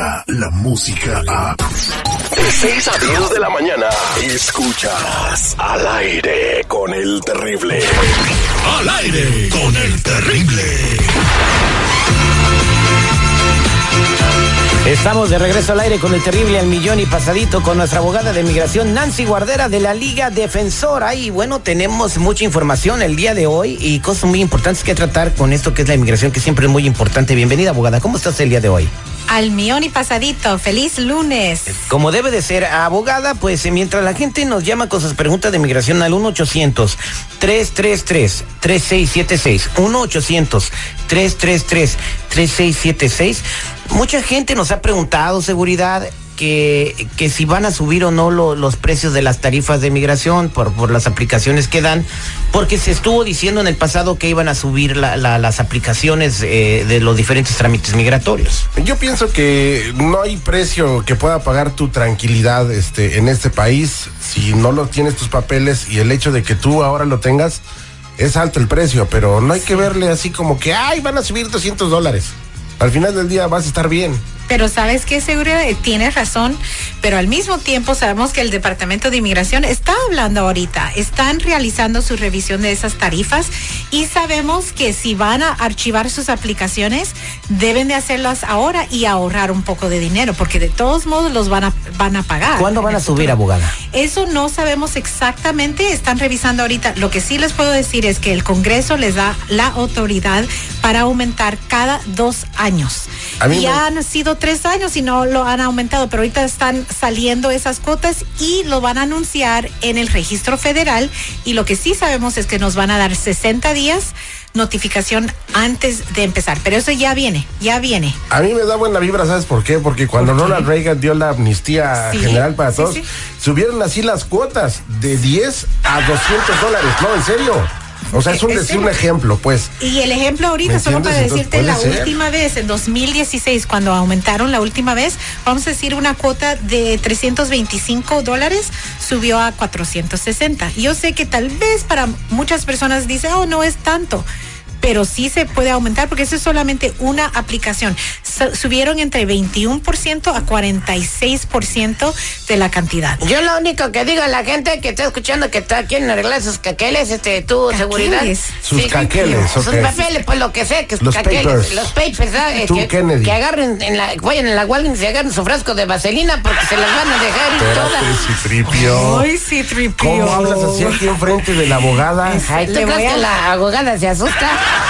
Llega la música a... De 6 a 10 de la mañana, escuchas Al Aire con el Terrible. Al Aire con el Terrible. Estamos de regreso al aire con el Terrible al millón y pasadito con nuestra abogada de migración Nancy Guardera de la Liga Defensora. Y bueno, tenemos mucha información el día de hoy y cosas muy importantes que tratar con esto que es la inmigración, que siempre es muy importante. Bienvenida, abogada. ¿Cómo estás el día de hoy? Al millón y pasadito. Feliz lunes. Como debe de ser, abogada, pues mientras la gente nos llama con sus preguntas de migración al 1-800-333-3676, 1-800-333-3676, mucha gente nos ha preguntado, seguridad, que si van a subir o no los precios de las tarifas de migración por las aplicaciones que dan, porque se estuvo diciendo en el pasado que iban a subir las aplicaciones de los diferentes trámites migratorios. Yo pienso que no hay precio que pueda pagar tu tranquilidad en este país si no lo tienes tus papeles, y el hecho de que tú ahora lo tengas, es alto el precio, pero no hay que verle así como que van a subir $200. Al final del día vas a estar bien. Pero ¿sabes qué, seguridad? Tienes razón, pero al mismo tiempo sabemos que el Departamento de Inmigración está hablando ahorita, están realizando su revisión de esas tarifas, y sabemos que si van a archivar sus aplicaciones, deben de hacerlas ahora y ahorrar un poco de dinero, porque de todos modos los van a pagar. ¿Cuándo van a subir, abogada? Eso no sabemos exactamente, están revisando ahorita. Lo que sí les puedo decir es que el Congreso les da la autoridad para aumentar cada 2 años. Ya han sido 3 años y no lo han aumentado, pero ahorita están saliendo esas cuotas y lo van a anunciar en el registro federal, y lo que sí sabemos es que nos van a dar 60 días notificación antes de empezar, pero eso ya viene. A mí me da buena vibra, ¿sabes por qué? Porque cuando Ronald Reagan dio la amnistía general para todos, subieron así las cuotas de $10 a $200, ¿no? ¿En serio? O sea, es un ejemplo, pues. Y el ejemplo ahorita, solo para decirte, la última vez, en 2016, cuando aumentaron la última vez, vamos a decir, una cuota de $325 subió a 460. Yo sé que tal vez para muchas personas dice, no es tanto, pero sí se puede aumentar porque eso es solamente una aplicación. Subieron entre 21% a 46% de la cantidad. Yo lo único que digo a la gente que está escuchando que quieren arreglar sus caqueles, tu seguridad. Sus caqueles, sus papeles, pues lo que sea, que los papers. Los papers, ¿sabes? Que agarren vayan en la Walgreens y agarren su frasco de vaselina porque se las van a dejar ir todas. Ay, sí, tripio. ¿Cómo hablas así aquí enfrente de la abogada? Ay, ¿tú crees que la abogada se asusta?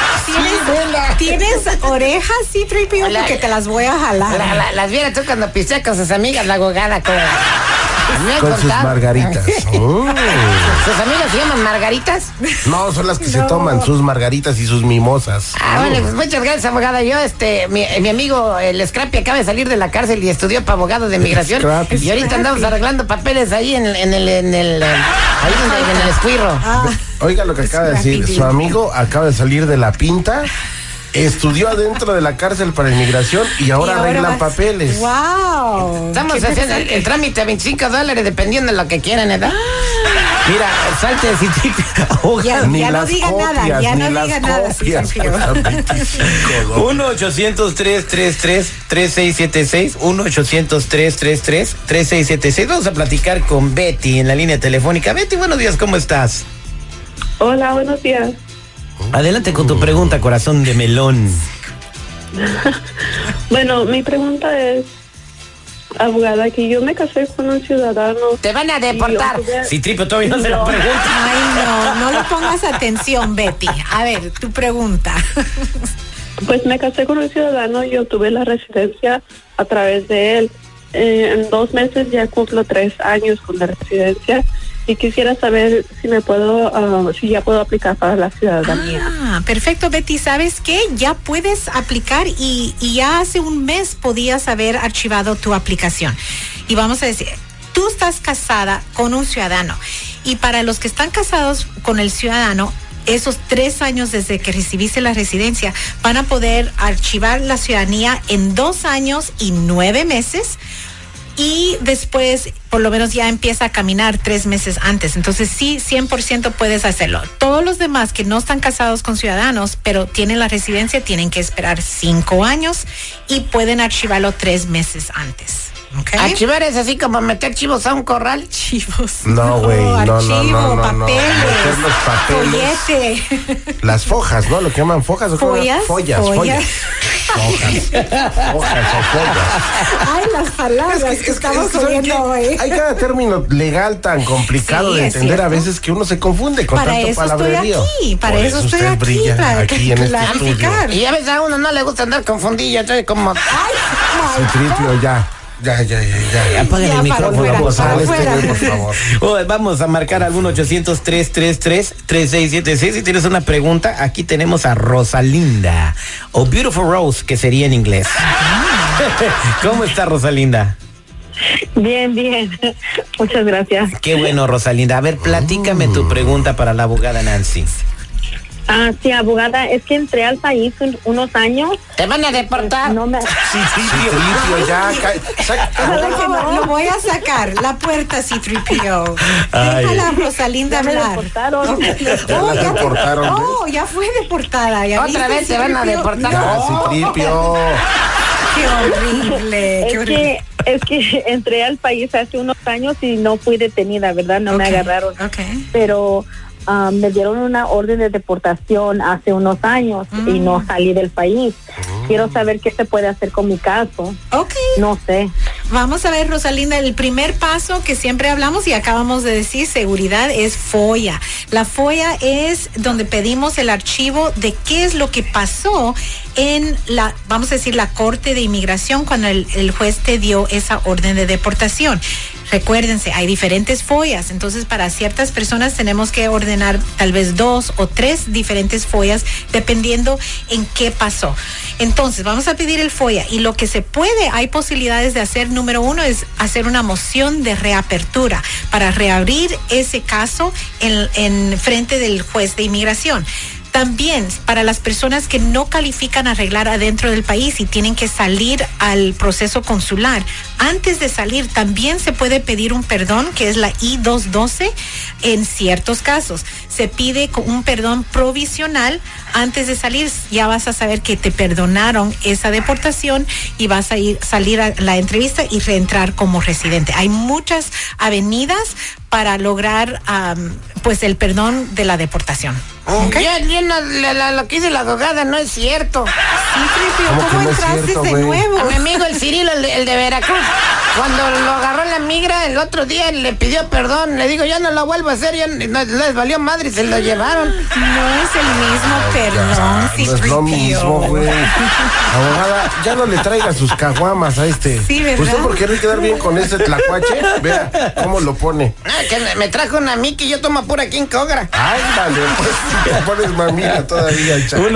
¿Tienes orejas, sí, tripio? Porque te las voy a jalar. Las vieras tú cuando pisé con sus amigas, la abogada, con sus margaritas. ¿Sus amigas se llaman margaritas? No, son las que se toman, sus margaritas y sus mimosas. Bueno, pues muchas gracias, abogada. Yo, mi amigo, el Scrappy, acaba de salir de la cárcel y estudió para abogado de migración. Y ahorita andamos arreglando papeles ahí en el escuirro. Oiga lo que acaba de decir, su amigo acaba de salir de la pinta, estudió adentro de la cárcel para inmigración y ahora arreglan papeles. ¡Wow! Estamos haciendo el trámite a $25 dependiendo de lo que quieran, ¿verdad? Mira, salte de ya no diga nada, ya no diga nada. 1-800-333-3676, 1-800-333-3676. Vamos a platicar con Betty en la línea telefónica. Betty, buenos días, ¿cómo estás? Hola, buenos días. Adelante con tu pregunta, corazón de melón. Bueno, mi pregunta es, abogada, que yo me casé con un ciudadano. Te van a deportar. Si Tripio todavía no se la pregunta. Ay, no le pongas atención, Betty. A ver, tu pregunta. Pues me casé con un ciudadano y obtuve la residencia a través de él. En 2 meses ya cumplo 3 años con la residencia. Y quisiera saber si si ya puedo aplicar para la ciudadanía. Perfecto, Betty. ¿Sabes qué? Ya puedes aplicar y ya hace un mes podías haber archivado tu aplicación. Y vamos a decir, tú estás casada con un ciudadano, y para los que están casados con el ciudadano, esos 3 años desde que recibiste la residencia, van a poder archivar la ciudadanía en 2 años y 9 meses. y después por lo menos ya empieza a caminar 3 meses antes. Entonces sí, 100% puedes hacerlo. Todos los demás que no están casados con ciudadanos, pero tienen la residencia, tienen que esperar 5 años y pueden archivarlo 3 meses antes. Okay. Archivar es así como meter chivos a un corral. Chivos. No, güey. Archivo, papeles. Meter los papeles. Follete. Las fojas, ¿no? Lo que llaman fojas. Follas. Follas. Hojas o follas. Ay, las palabras que estamos oyendo hoy. Hay cada término legal tan complicado de entender a veces que uno se confunde con para tanto eso palabrerío. Para eso estoy aquí. Brilla aquí en este estudio. Y a veces a uno no le gusta andar confundido, entonces como... Ay, Citripio, ya. Apaga el micrófono, por favor. Vamos a marcar al 1-800-333-3676. Si tienes una pregunta, aquí tenemos a Rosalinda, o Beautiful Rose, que sería en inglés. ¿Cómo está, Rosalinda? Bien. Muchas gracias. Qué bueno, Rosalinda. A ver, platícame tu pregunta para la abogada Nancy. Sí, abogada, es que entré al país unos años. ¿Te van a deportar? No me... Citripio, ya. Lo voy a sacar. La puerta, C-3PO. Déjala a Rosalinda hablar. Me deportaron. Ya fue deportada. Otra vez te van a deportar. Citripio. Qué horrible. Es que entré al país hace unos años y no fui detenida, ¿verdad? No me agarraron. Pero... me dieron una orden de deportación hace unos años y no salí del país. Quiero saber qué se puede hacer con mi caso. No sé. Vamos a ver, Rosalinda, el primer paso que siempre hablamos y acabamos de decir, seguridad, es FOIA. La FOIA es donde pedimos el archivo de qué es lo que pasó en la, vamos a decir, la Corte de Inmigración cuando el juez te dio esa orden de deportación. Recuérdense, hay diferentes FOIAs, entonces para ciertas personas tenemos que ordenar tal vez 2 o 3 diferentes FOIAs dependiendo en qué pasó. Entonces vamos a pedir el FOIA y lo que se puede, hay posibilidades de hacer, número 1 es hacer una moción de reapertura para reabrir ese caso en frente del juez de inmigración. También para las personas que no califican a arreglar adentro del país y tienen que salir al proceso consular, antes de salir también se puede pedir un perdón, que es la I-212 en ciertos casos. Se pide un perdón provisional antes de salir, ya vas a saber que te perdonaron esa deportación y vas a salir a la entrevista y reentrar como residente. Hay muchas avenidas para lograr pues el perdón de la deportación. Okay. Lo que dice la abogada no es cierto. ¿Cómo entraste de nuevo? A mi amigo el Cirilo, el de Veracruz, cuando lo agarró la migra el otro día le pidió perdón, le digo, yo no lo vuelvo a hacer, les valió madre y se lo llevaron. No es el mismo perdón, no es lo mismo, güey. Abogada, ya no le traiga sus caguamas a este. Sí, ¿verdad? Usted por querer quedar bien con ese tlacuache, vea cómo lo pone. Que me trajo una Mickey y yo tomo pura King Cobra. Ay, vale, pues te pones mamila todavía.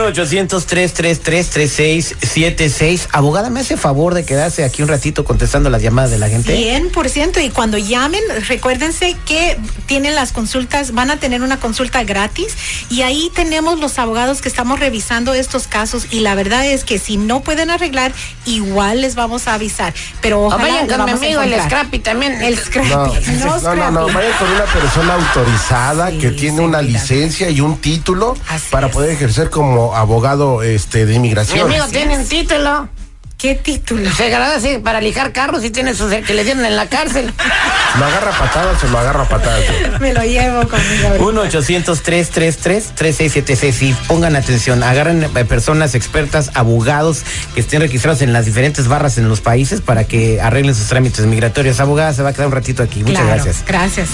1-800-333-3676. Abogada, ¿me hace favor de quedarse aquí un ratito contestando las llamadas de la gente? 100%, y cuando llamen, recuérdense que tienen las consultas, van a tener una consulta gratis y ahí tenemos los abogados que estamos revisando estos casos y la verdad es que si no pueden arreglar, igual les vamos a avisar. Pero ojalá vayan con mi amigo el Scrappy también. El Scrappy. No, vayan con una persona autorizada que tiene una licencia y un título para poder ejercer como abogado de inmigración. Mi amigo tiene un título. ¿Qué título? Se agrada así para lijar carros y tiene sus que le dieron en la cárcel. ¿Lo agarra patadas o lo agarra patadas? Me lo llevo conmigo. 1-800-333-3676. Y pongan atención, agarren personas expertas, abogados que estén registrados en las diferentes barras en los países para que arreglen sus trámites migratorios. Abogada, se va a quedar un ratito aquí. Muchas gracias. Gracias.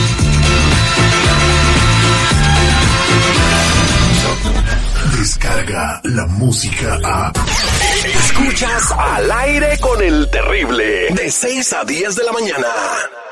Descarga la música a... Escuchas Al Aire con el Terrible, de 6 a 10 de la mañana.